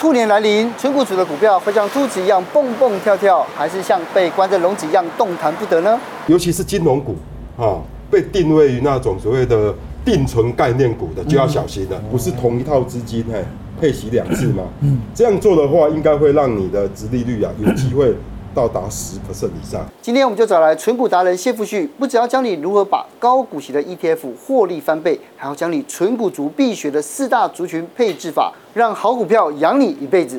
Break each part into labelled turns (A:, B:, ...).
A: 兔年来临，纯股族的股票会像兔子一样蹦蹦跳跳，还是像被关在笼子一样动弹不得呢？
B: 尤其是金融股，被定位于那种所谓的定存概念股的，就要小心了。不是同一套资金，配息2次吗？这样做的话，应该会让你的殖利率有机会到达10% 以上。
A: 今天我们就找来纯股达人谢富旭，不只要教你如何把高股息的 ETF 获利翻倍，还要教你纯股族必学的4大族群配置法，让好股票养你一辈子。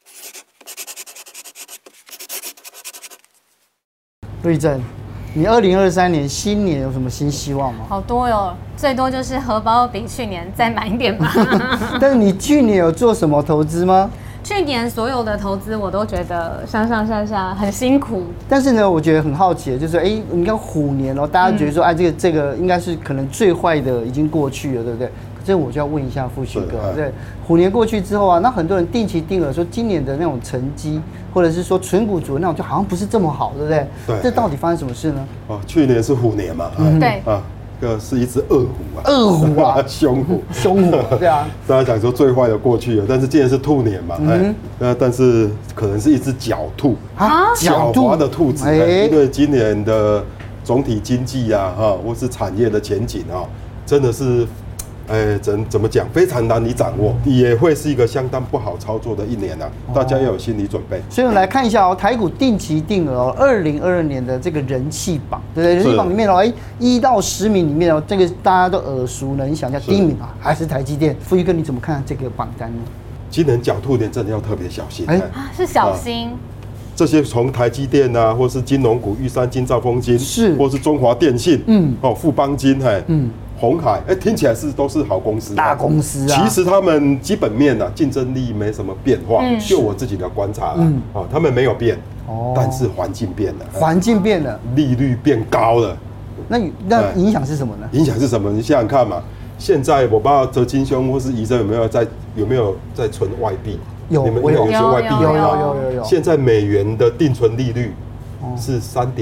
A: 瑞正，你2023年新年有什么新希望吗？
C: 好多哟，最多就是荷包比去年再满一点吧。
A: 但是你去年有做什么投资吗？
C: 去年所有的投资我都觉得上上下下很辛苦，
A: 但是呢，我觉得很好奇的就是，你看虎年哦，大家觉得说，这个应该是可能最坏的已经过去了，对不对？可是我就要问一下富旭哥，对，虎年过去之后啊，那很多人定期定额说今年的那种成绩，或者是说纯股族那种，就好像不是这么好，对不对？
B: 对，
A: 这到底发生什么事呢？
B: 去年是虎年嘛，
C: 对
B: 这个是一只恶虎啊，
A: 恶虎啊，
B: 凶虎，
A: 凶虎，对啊。
B: 大家讲说最坏的过去了，但是今年是兔年嘛，但是可能是一只狡兔啊，狡猾的兔子，因为今年的总体经济啊，或是产业的前景啊，真的是。怎么讲？非常难以掌握，也会是一个相当不好操作的一年啊！大家要有心理准备。
A: 所以我们来看一下哦，台股定期定额2022年的这个人气榜，对不对？人气榜里面哦，1到10名里面哦，这个大家都耳熟能详，叫第一名啊，还是台积电。富旭哥，你怎么看这个榜单呢？
B: 今年狡兔年真的要特别小心。
C: 是小心。
B: 这些从台积电啊，或是金融股玉山金、兆丰金，
A: 是，
B: 或是中华电信，富邦金，鸿海，听起来都是好公司，
A: 大公司啊。
B: 其实他们基本面啊，竞争力没什么变化。就我自己的观察他们没有变，但是环境变了，
A: 环境变了，
B: 利率变高了。
A: 那影响是什么呢？
B: 影响是什么？你想想看嘛。现在我不知道哲金兄或是医生有没有在存外币？
A: 有，
B: 你们有些外币
A: 有。
B: 现在美元的定存利率是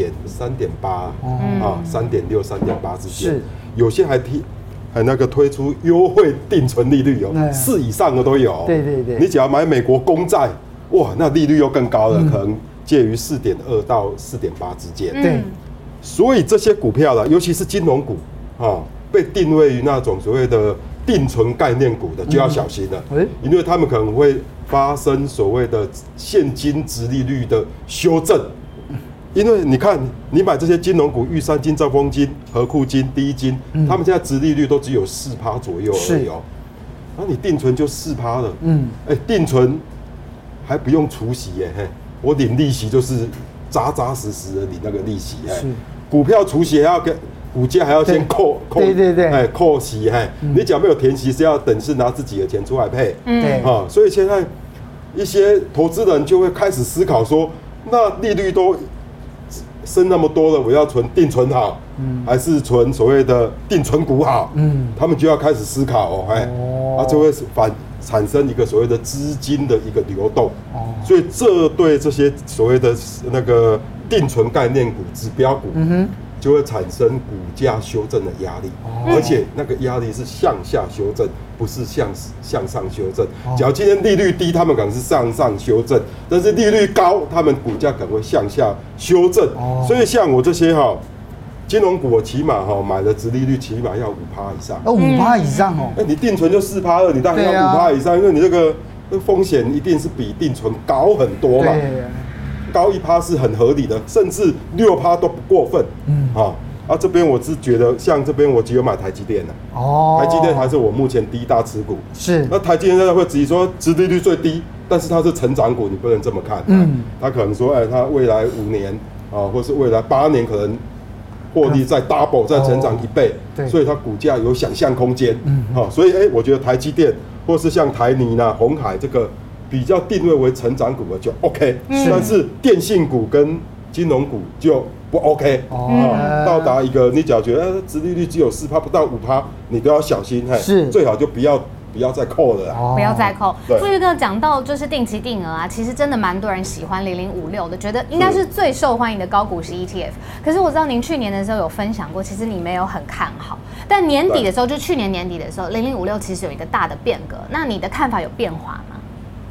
B: 3.8%3.6、3.8之间。是。有些还推出优惠定存利率4以上的都有。对。你只要买美国公债，哇，那利率又更高了，可能介于4.2到4.8之间。
A: 对。
B: 所以这些股票啦，尤其是金融股被定位于那种所谓的定存概念股的，就要小心了，因为他们可能会发生所谓的现金殖利率的修正。因为你看，你买这些金融股，玉山金、兆丰金、和库金、第一金，他们现在殖利率都只有4%左右而已哦。然后你定存就4%了，定存还不用除息我领利息就是扎扎实实的领那个利息股票除息还要跟股价还要先扣息你只要没有填息是要等是拿自己的钱出来配，所以现在一些投资人就会开始思考说，那利率都升那么多了，我要存定存好，还是存所谓的定存股好？他们就要开始思考就会产生一个所谓的资金的一个流动，所以这对这些所谓的那个定存概念股、指标股，就会产生股价修正的压力，而且那个压力是向下修正，不是向上修正。假如今天利率低，他们可能是向上修正；但是利率高，他们股价可能会向下修正。所以像我这些金融股，我起码买的殖利率起码要5%以上。
A: 5%以上哦。
B: 你定存就4%2%，你当然要5%以上，因为你这个风险一定是比定存高很多嘛。高1%是很合理的，甚至6%都不过分。这边我是觉得，像这边我只有买台积电的。台积电还是我目前第1大持股。是。那台积电大家会质疑说，殖利率最低，但是它是成长股，你不能这么看。它可能说，它未来5年或是未来8年可能获利再 double 再成长1倍，所以它股价有想象空间。所以我觉得台积电或是像台泥鸿海这个。比较定位为成长股的就 OK，但是电信股跟金融股就不 OK。到达一个你只要觉得殖利率只有4%不到5%，你都要小心，最好就不要再扣了啦。
C: 不要再扣。富旭哥讲到就是定期定额啊，其实真的蛮多人喜欢0056的，觉得应该是最受欢迎的高股息 ETF。可是我知道您去年的时候有分享过，其实你没有很看好，但年底的时候，就去年年底的时候，0056其实有一个大的变革，那你的看法有变化吗？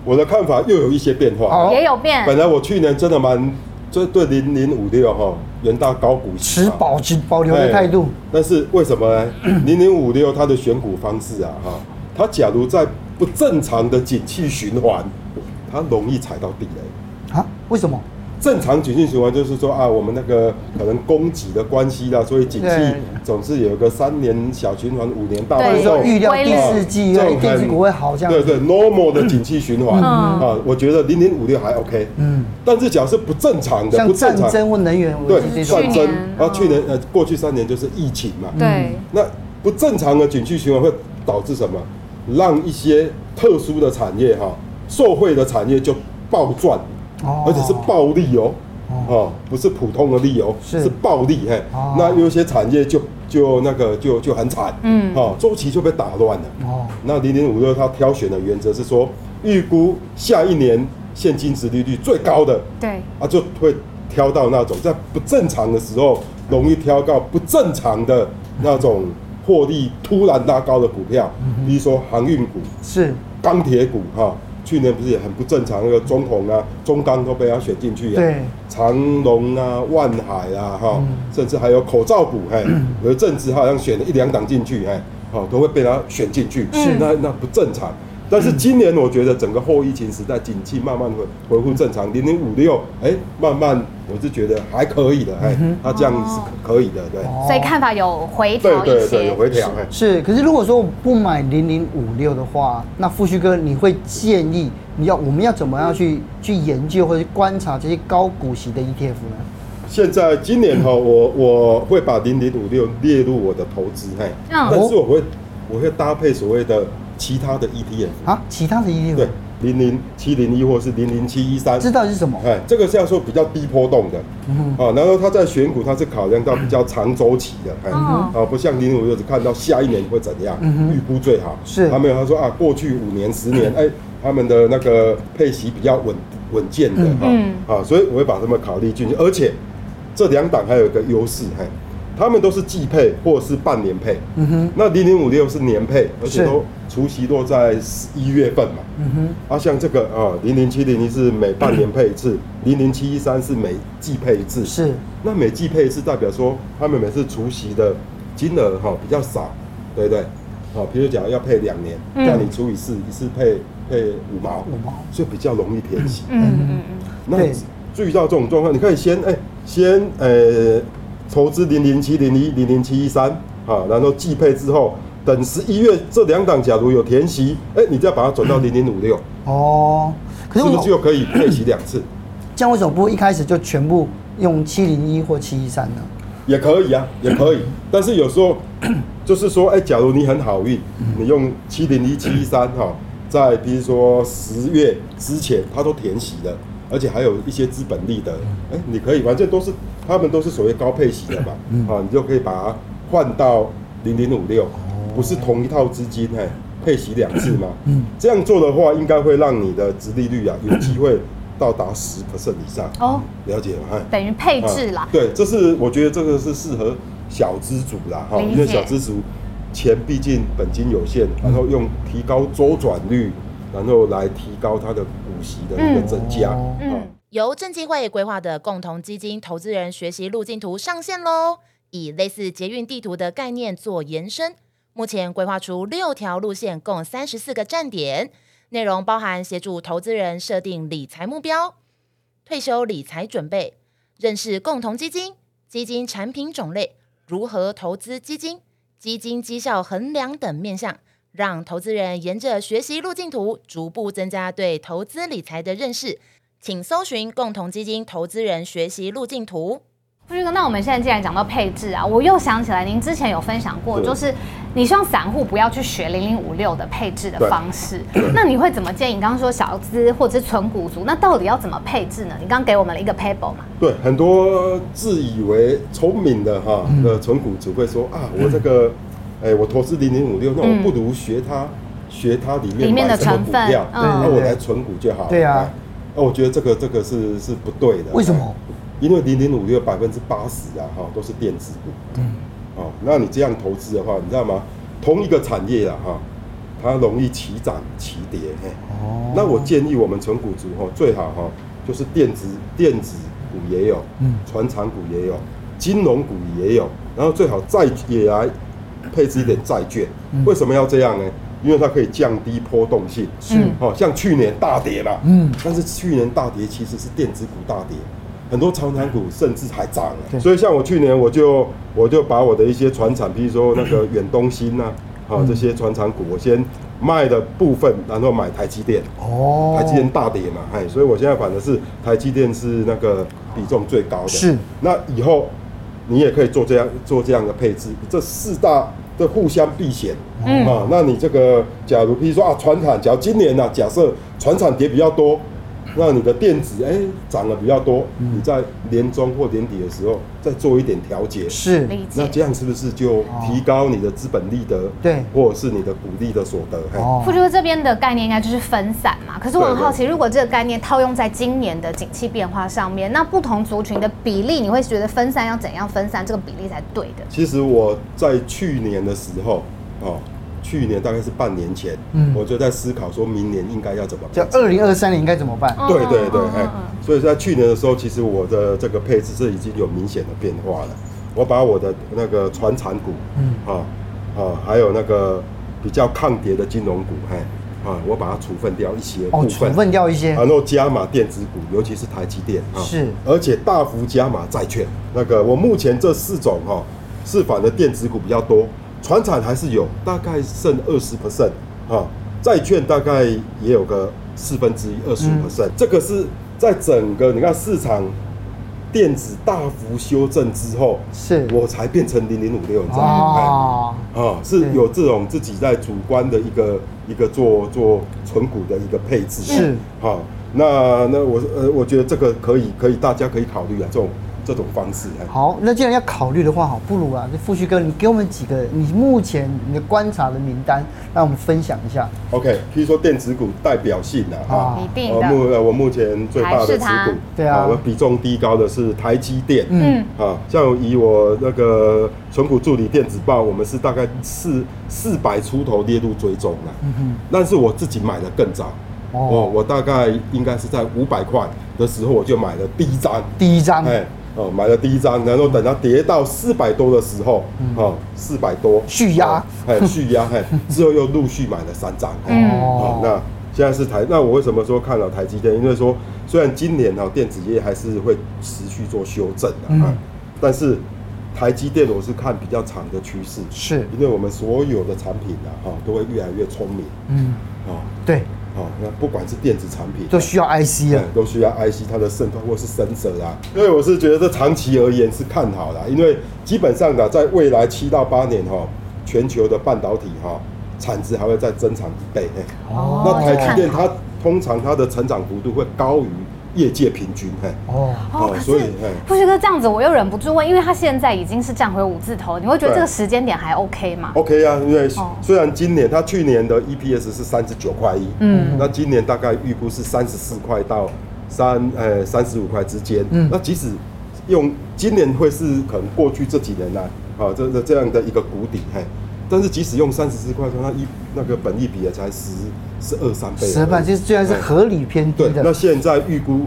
B: 我的看法又有一些变化，
C: 也有变。
B: 本来我去年真的就对0056哈元大高股息
A: 持保留的态度。
B: 但是为什么呢？0056它的选股方式啊哈，它假如在不正常的景气循环，它容易踩到地雷
A: 啊？为什么？
B: 正常景气循环就是说啊，我们那个可能供给的关系啦，所以景气总是有个3年小循环、5年大的时候，
A: 预料第4季电子股会好这样子。
B: 对 ，normal 的景气循环啊，我觉得0056还 OK。但是假设不正常的，
A: 像战争或能源，
B: 对战争，然后去年过去3年就是疫情嘛。
C: 对。
B: 那不正常的景气循环会导致什么？让一些特殊的产业受惠的产业就暴赚。而且是暴利不是普通的利是暴利那有一些产业就很惨，周期就被打乱了。那0056它挑选的原则是说，预估下一年现金殖利率最高的，
C: 对
B: 就会挑到那种在不正常的时候容易挑到不正常的那种获利突然拉高的股票，比如说航运股、
A: 是
B: 钢铁股去年不是也很不正常，那个中统啊、中钢都被他选进去
A: 对，
B: 长荣啊、万海啊，甚至还有口罩股，有一阵子好像选了1、2档进去，都会被他选进去，那不正常。但是今年我觉得整个后疫情时代，景气慢慢会恢复正常，0056，慢慢我是觉得还可以的，它这样是可以的，对。
C: 所以看法有回调一些，
B: 对，有回调，
A: 是。可是如果说我不买0056的话，那富旭哥你会建议我们要怎么样去研究或者观察这些高股息的 ETF 呢？
B: 现在今年我会把0056列入我的投资，但是我会搭配所谓的其他的 ETF
A: 啊，其他的 ETF
B: 对，00701或是00713，
A: 知道是什么？
B: 这个是要说比较低波动的，然后它在选股它是考量到比较长周期的，不像0056只看到下一年会怎样，预估最好
A: 是，
B: 他没有他说过去5年、10年，他们的那个配息比较稳健的，所以我会把他们考虑进去，而且这2档还有一个优势，他们都是季配或者是半年配，那0056是年配，而且都除息落在1月份嘛，像这个00701是每半年配一次，00713是每季配一次，
A: 是，那
B: 每季配一次代表说他们每次除息的金额比较少，对不对？比如讲要配2年，这样你除以4，一次配5毛，所以比较容易填息。那注意到这种状况，你可以先投资00701、00713，然后季配之后，等11月这2档假如有填息，你再把它转到0056。可是是不是就可以配息2次？
A: 这样为什么不一开始就全部用701或713呢？
B: 也可以啊，也可以。但是有时候就是说，假如你很好运，你用701、713在比如说10月之前，它都填息的。而且还有一些资本利得，你可以，反正他们都是所谓高配息的嘛，你就可以把它换到0056，不是同一套资金，配息2次嘛，这样做的话，应该会让你的殖利率有机会到达10% 以上。了解吗？
C: 等于配置啦。
B: 对，我觉得这个是适合小资族啦，因为小资族钱毕竟本金有限，然后用提高周转率，然后来提高它的股息的一个增加。
D: 由证监会规划的共同基金投资人学习路径图上线咯，以类似捷运地图的概念做延伸，目前规划出6条路线，共34个站点，内容包含协助投资人设定理财目标、退休理财准备、认识共同基金、基金产品种类、如何投资基金、基金绩效衡量等面向，让投资人沿着学习路径图逐步增加对投资理财的认识。请搜寻共同基金投资人学习路径图。
C: 那我们现在既然讲到配置啊，我又想起来您之前有分享过，就是你希望散户不要去学0056的配置的方式，那你会怎么建议？你刚刚说小资或者是纯股族，那到底要怎么配置呢？你刚刚给我们了一个 paper 嘛？
B: 对，很多自以为聪明的纯股族会说我这个我投资0056，那我不如学它里面的成分，那我来存股就好了。
A: 对啊。
B: 我觉得这个是不对的。
A: 为什么？
B: 因为0056%都是电子股。那你这样投资的话，你知道吗？同一个产业它容易起涨起跌。那我建议我们存股族最好就是电子股也有，传产股也有，金融股也有，然后最好也来配置一点债券。为什么要这样呢？因为它可以降低波动性。像去年大跌嘛，但是去年大跌其实是电子股大跌，很多传产股甚至还涨了。所以像我去年我就把我的一些传产，比如说那个远东新这些传产股，我先卖的部分，然后买台积电。台积电大跌嘛，所以我现在反而是台积电是那个比重最高的。是，那以后你也可以做这样的配置，这4大的互相避险。那你这个假如譬如说传产，假如今年假设传产跌比较多，那你的电子涨了比较多，你在年中或年底的时候再做一点调节，
A: 是，
B: 那这样是不是就提高你的资本利得，对，或者是你的股利的所得？
C: 富叔这边的概念应该就是分散嘛。可是我很好奇，如果这个概念套用在今年的景气变化上面，那不同族群的比例，你会觉得分散要怎样分散这个比例才对的？
B: 其实我在去年的时候，去年大概是半年前，我就在思考说明年应该要怎么办，
A: 就2023年应该怎么办？
B: 对，所以在去年的时候，其实我的这个配置是已经有明显的变化了。我把我的那个传产股，还有那个比较抗跌的金融股，我把它处分掉一些部分，
A: 处分掉一些，
B: 然后加码电子股，尤其是台积电，
A: 是，
B: 而且大幅加码债券。那个我目前这4种是反的电子股比较多。传产还是有，大概剩20%，债券大概也有个1/4，25%。这个是在整个你看市场电子大幅修正之后，是我才变成0056，你知道吗？是有这种自己在主观的一个做存股的一个配置。是，那我觉得这个可以大家可以考虑这种方式。
A: 好，那既然要考虑的话，不如富旭哥，你给我们几个你目前你的观察的名单，让我们分享一下。
B: OK， 譬如说电子股代表性
C: 一定的。
B: 我目前最大的持股，
A: 对啊，
B: 我比重低高的是台积电。像以我那个存股助理电子报，我们是大概400出头列入追踪了。但是我自己买的更早。我大概应该是在500块的时候，我就买了第一张。买了第一张，然后等它跌到400多的时候，400多
A: 续压，
B: 之后又陆续买了3张。那现在是那我为什么说看好台积电？因为说虽然今年电子业还是会持续做修正但是台积电我是看比较长的趋势，是因为我们所有的产品都会越来越聪明。
A: 对。
B: 那不管是电子产品
A: 都需要 IC 啊，
B: 都需要 IC 它的渗透或是sensor所以我是觉得这长期而言是看好的，因为基本上在未来7到8年全球的半导体产值还会再增长1倍。那台积电它通常它的成长幅度会高于业界平均。
C: 所以富旭哥这样子，我又忍不住问，因为他现在已经是站回5字头，你会觉得这个时间点还 OK 吗
B: ？OK 啊，因为虽然他去年的 EPS 是39.1块，那今年大概预估是34块到35块之间。那即使用今年会是可能过去这几年这样的一个谷底，但是即使用34块，那个本益比也才12-13倍，10倍，
A: 其实虽然是合理偏低的。
B: 对，那现在预估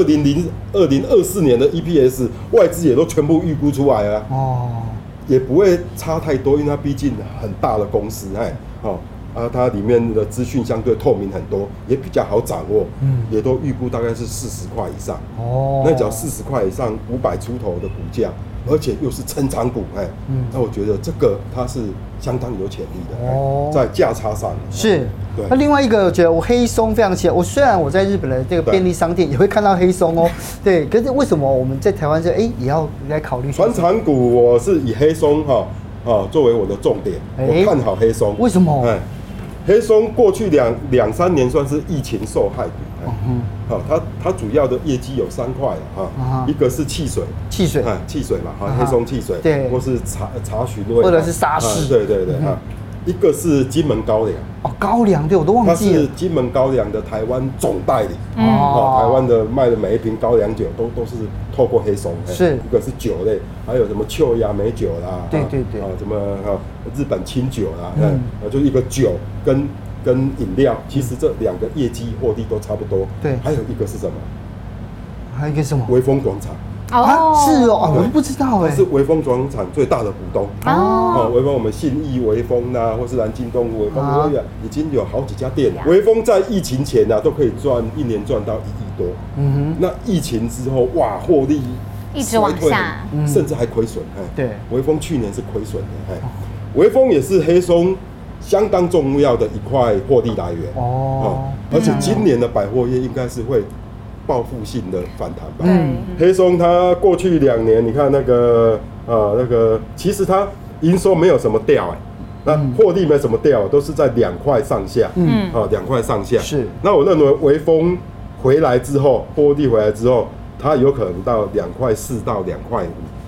B: 2024年的 EPS 外资也都全部预估出来了，也不会差太多，因为它毕竟很大的公司，它里面的资讯相对透明很多，也比较好掌握，也都预估大概是40块以上。那只要40块以上，500出头的股价，而且又是成长股，那我觉得这个它是相当有潜力的，在价差上
A: 是。那另外一个，我觉得我黑松非常喜欢。虽然我在日本的这个便利商店也会看到黑松对，可是为什么我们在台湾也要来考虑？
B: 传产股我是以黑松作为我的重点，我看好黑松。
A: 为什么？
B: 黑松过去两三年算是疫情受害股，它主要的业绩有3块一个是汽水嘛，黑松汽水，对，或是茶询味，
A: 或者是沙士，
B: 对，一个是金门高粱。
A: 高粱，对，我都忘记了。
B: 它是金门高粱的台湾总代理。台湾的卖的每一瓶高粱酒都是透过黑松。是，一个是酒类，还有什么秋雅美酒啦，对，什么日本清酒啦，就一个酒跟跟饮料，其实这2个业绩获利都差不多。
A: 对，
B: 还有一个是什么？
A: 还有一个什么？
B: 微风广场。
A: 是哦，我不知道哎。
B: 它是微风广场最大的股东。微风我们信义微风啊，或是南京东微风已经有好几家店了。微风在疫情前都可以一年赚到1亿多。那疫情之后，哇，获利
C: 一直往下，
B: 甚至还亏损。
A: 对，
B: 微风去年是亏损的。微风也是黑松相当重要的一块获利来源。而且今年的百货业应该是会报复性的反弹吧。黑松它过去2年，你看那个其实它营收没有什么掉那获利没什么掉，都是在2块上下。2块上下。是。那我认为微风回来之后，获利回来之后，它有可能到2块4到2块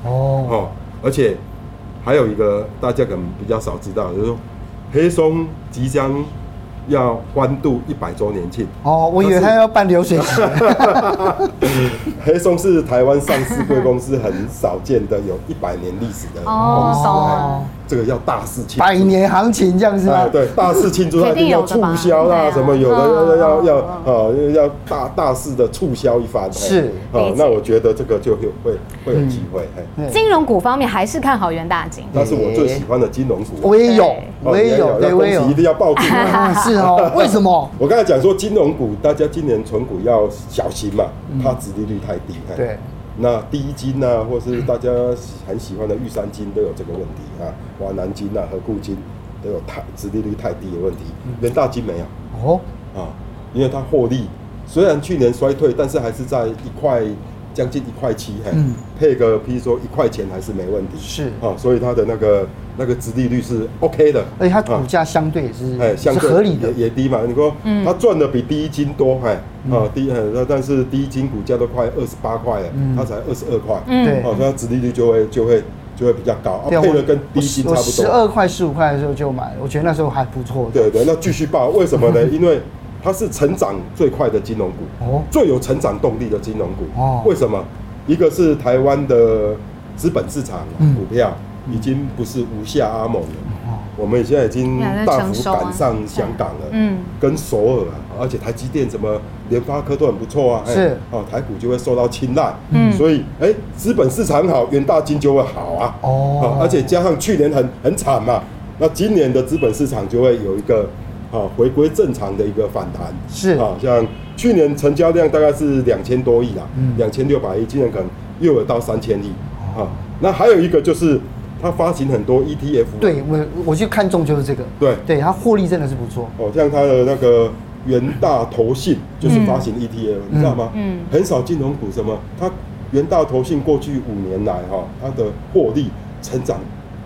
B: 5。而且还有一个大家可能比较少知道，就是说黑松即将要欢度100周年庆。
A: 我以为他要办流水席。
B: 黑松是台湾上市贵公司很少见的有100年历史的公司。这个要大肆庆祝
A: ，100年行情这样是吗？
B: 对，大肆庆祝，它一定要促销啦，什么有的要大肆的促销一番。
A: 是，
B: 那我觉得这个就会有机会。
C: 金融股方面还是看好元大金，
B: 那是我最喜欢的金融股。
A: 我也有，对，我也有，
B: 一定要抱住。
A: 是哦，为什么？
B: 我刚才讲说金融股，大家今年存股要小心嘛，它殖利率太低。
A: 对。
B: 那第一金或是大家很喜欢的玉山金都有这个问题华南金和固金都有殖利率太低的问题。元大金没有因为它获利虽然去年衰退，但是还是在将近1块7，配个譬如说1块钱还是没问题。是所以它的那个殖利率是 OK 的，
A: 而且它股价相对也是合理的，
B: 也低嘛。你说它赚的比第一金多，但是第一金股价都快28块了，它才22块，对，所以它殖利率就会比较高，配的跟第一金差不多。
A: 12块15块的时候就买，我觉得那时候还不错。
B: 对，那继续报，为什么呢？因为它是成长最快的金融股，最有成长动力的金融股。为什么？一个是台湾的资本市场股票已经不是无下阿蒙了，我们现在已经大幅赶上香港了，跟首尔而且台积电什么联发科都很不错是台股就会受到青睐，所以资本市场好，元大金就会好而且加上去年很惨嘛，那今年的资本市场就会有一个回归正常的一个反弹，是像去年成交量大概是2000多亿啦，2600亿，今年可能又有到3000亿那还有一个就是它发行很多 ETF，
A: 对我就看中就是这个，对它获利真的是不错
B: 像它的那个元大投信就是发行 ETF，你知道吗？很少金融股什么，它元大投信过去5年来它的获利成长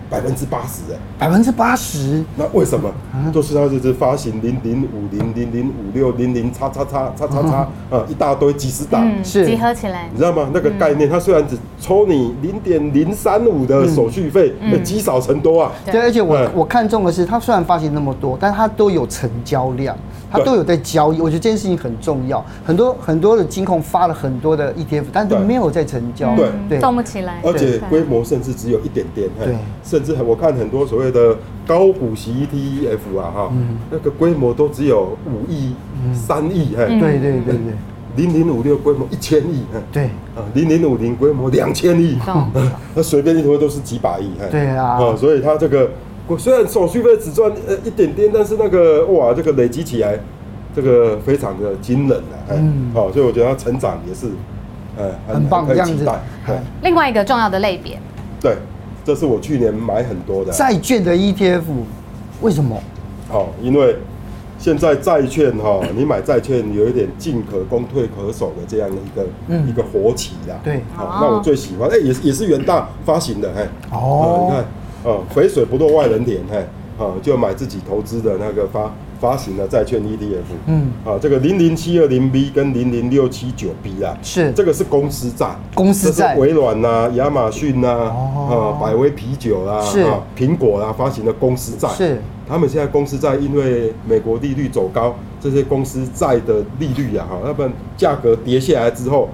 A: 80%，80%，
B: 那为什么？就是它就是发行0050、0056、00XXX一大堆几十档，
C: 是集合起来，
B: 你知道吗？那个概念，它虽然只抽你0.035的手续费，积少成多啊。
A: 对，而且我看中的是，它虽然发行那么多，但它都有成交量，它都有在交易。我觉得这件事情很重要。很多的金控发了很多的 ETF， 但都没有在成交，
C: 对，动不起来，
B: 而且规模甚至只有一点点，对。甚至我看很多所谓的高股息 ETF 那个规模都只有5亿、3亿，
A: 对
B: ，0056规模1000亿，
A: 对
B: ，0050规模2000亿，那随便一坨都是几百亿，
A: 对啊，
B: 所以它这个虽然手续费只赚一点点，但是那个这个累积起来，这个非常的惊人所以我觉得它成长也是
A: 很棒这样子。
C: 另外一个重要的类别，
B: 对。这是我去年买很多的
A: 债券的 ETF， 为什么？
B: 因为现在债券你买债券有一点进可攻退可守的这样的一个活期啦。对，那我最喜欢也是元大发行的你看肥水不落外人田就买自己投资的那个发行的债券 ETF，这个00720B 跟00679B 啦，是这个是公司债，这是微软亚马逊百威啤酒苹果发行的公司债，是他们现在公司债因为美国利率走高，这些公司债的利率要不然价格跌下来之后，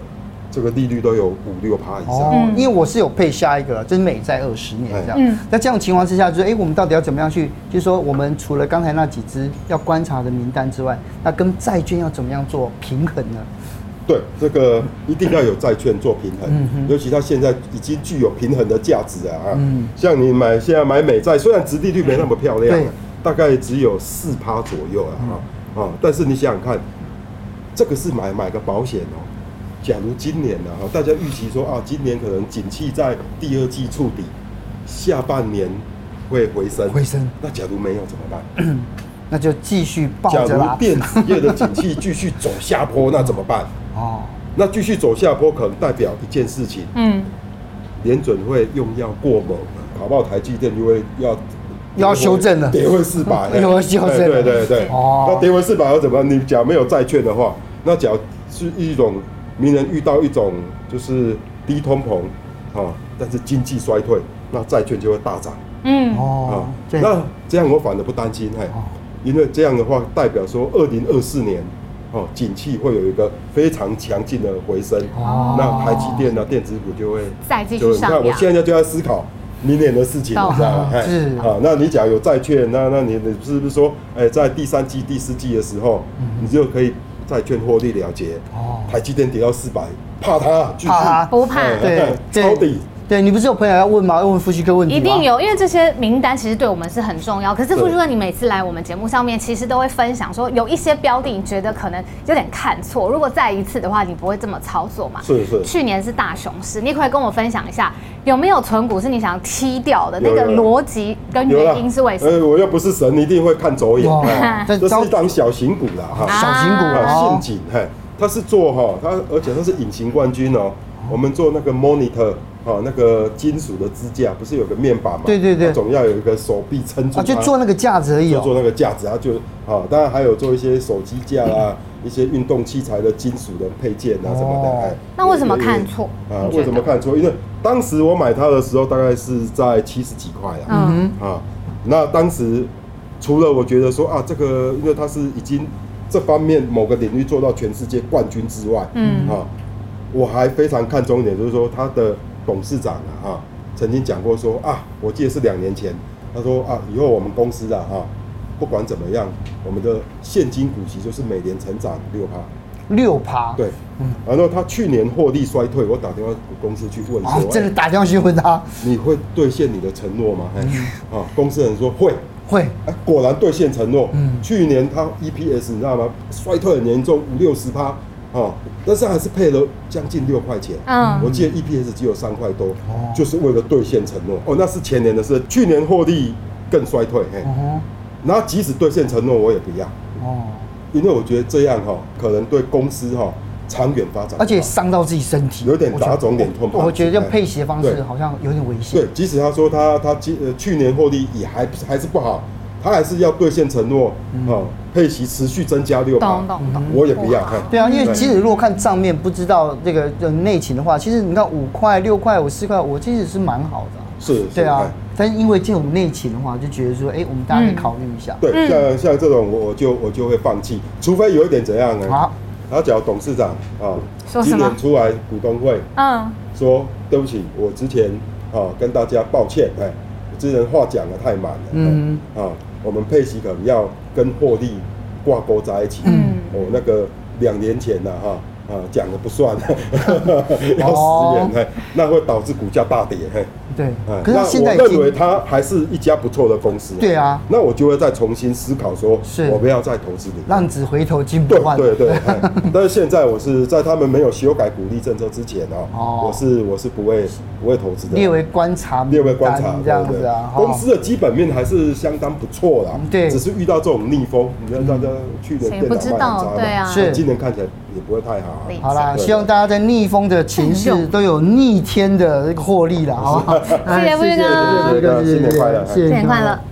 B: 这个利率都有5-6%以上。
A: 因为我是有配下一个，就是美债20年这样。那这样情况之下，就是我们到底要怎么样去？就是说，我们除了刚才那几只要观察的名单之外，那跟债券要怎么样做平衡呢？
B: 对，这个一定要有债券做平衡，尤其它现在已经具有平衡的价值啊。像你现在买美债，虽然殖利率没那么漂亮，大概只有4%左右但是你想想看，这个是买个保险哦。假如今年呢，大家预期说今年可能景气在第2季触底，下半年会回升。那假如没有怎么办？
A: 那就继续抱着啦。
B: 假如电子业的景气继续走下坡，那怎么办？那继续走下坡，可能代表一件事情，联准会用药过猛，搞不好台积电就会要
A: 修正了，
B: 跌回400，
A: 要修正。
B: 对。那跌回400要怎么办？你假如没有债券的话，那假如是一种名人遇到一种就是低通膨但是经济衰退，那债券就会大涨。那这样我反而不担心，因为这样的话代表说2024年景气会有一个非常强劲的回升。那台积电电子股就会
C: 再继续上扬。
B: 我现在就在思考明年的事情，你知道吗？那你假如有债券，那你是不是说，在第3季、第4季的时候，你就可以债券获利了结？台积电跌到400，怕它？
C: 不怕？
A: 对，
B: 抄底。
A: 对，你不是有朋友要问吗？要问富旭哥问题吗？
C: 一定有，因为这些名单其实对我们是很重要。可是富旭哥，你每次来我们节目上面，其实都会分享说，有一些标的你觉得可能有点看错，如果再一次的话，你不会这么操作嘛？
B: 是。
C: 去年是大熊市，你可以跟我分享一下，有没有存股是你想踢掉的那个逻辑跟原因是为什么？
B: 我又不是神，一定会看走眼。这是一档小型股啦，
A: 小型股
B: 陷阱，它是做而且它是隐形冠军哦。我们做那个 monitor。那个金属的支架不是有个面板嘛？对，总要有一个手臂撑住。
A: 就做那个架子而已。
B: 就做那个架子，它就当然还有做一些手机架啦，一些运动器材的金属的配件啊什么的。
C: 那为什么看错？
B: 为什么看错？因为当时我买它的时候大概是在70几块那当时除了我觉得说这个，因为它是已经这方面某个领域做到全世界冠军之外，我还非常看重一点，就是说它的董事长曾经讲过说我记得是2年前，他说以后我们公司不管怎么样，我们的现金股息就是每年成长6%。对，然后他去年获利衰退，我打电话公司去问说，
A: 真的打电话去问他，
B: 你会兑现你的承诺吗？公司人说会，果然兑现承诺。去年他 EPS 你知道吗？衰退很严重，50-60%。但是还是配了将近6块钱。我记得 EPS 只有3块多，就是为了兑现承诺。那是前年的事，去年获利更衰退。然后即使兑现承诺，我也不要。因为我觉得这样可能对公司长远发展，
A: 而且伤到自己身体，
B: 有点打肿脸充胖子。
A: 我觉得这配息的方式好像有点危险。
B: 对，即使他说他去年获利也还是不好。他还是要兑现承诺，配息持续增加6%，我也不要。
A: 对因为其实如果看账面不知道这个内情的话，其实你看5块、6块、4块，我其实是蛮好的。
B: 是，
A: 对但是因为这种内情的话，就觉得说，我们大家可以考虑一下。
B: 对，像这种我就会放弃，除非有一点怎样呢？然后假如董事长今年出来股东会，说对不起，我之前跟大家抱歉，之前话讲得太满了，我们配息可能要跟获利挂钩在一起，那个2年前讲的不算，要10年，那会导致股价大跌。
A: 对，可是现在
B: 我认为它还是一家不错的公司。
A: 对啊，
B: 那我就会再重新思考说，我不要再投资你。
A: 浪子回头金不换。
B: 对。但是现在我是在他们没有修改股利政策之前我是不会投资的。
A: 列为观察这样子啊。
B: 公司的基本面还是相当不错啦。
A: 对，
B: 只是遇到这种逆风，你看大家去年电脑卖很差嘛，今年看起来也不会太好。
A: 好啦，希望大家在逆风的情势都有逆天的获利了，好不好？
C: 谢谢富旭哥，
B: 新年快乐，
C: 新年快乐。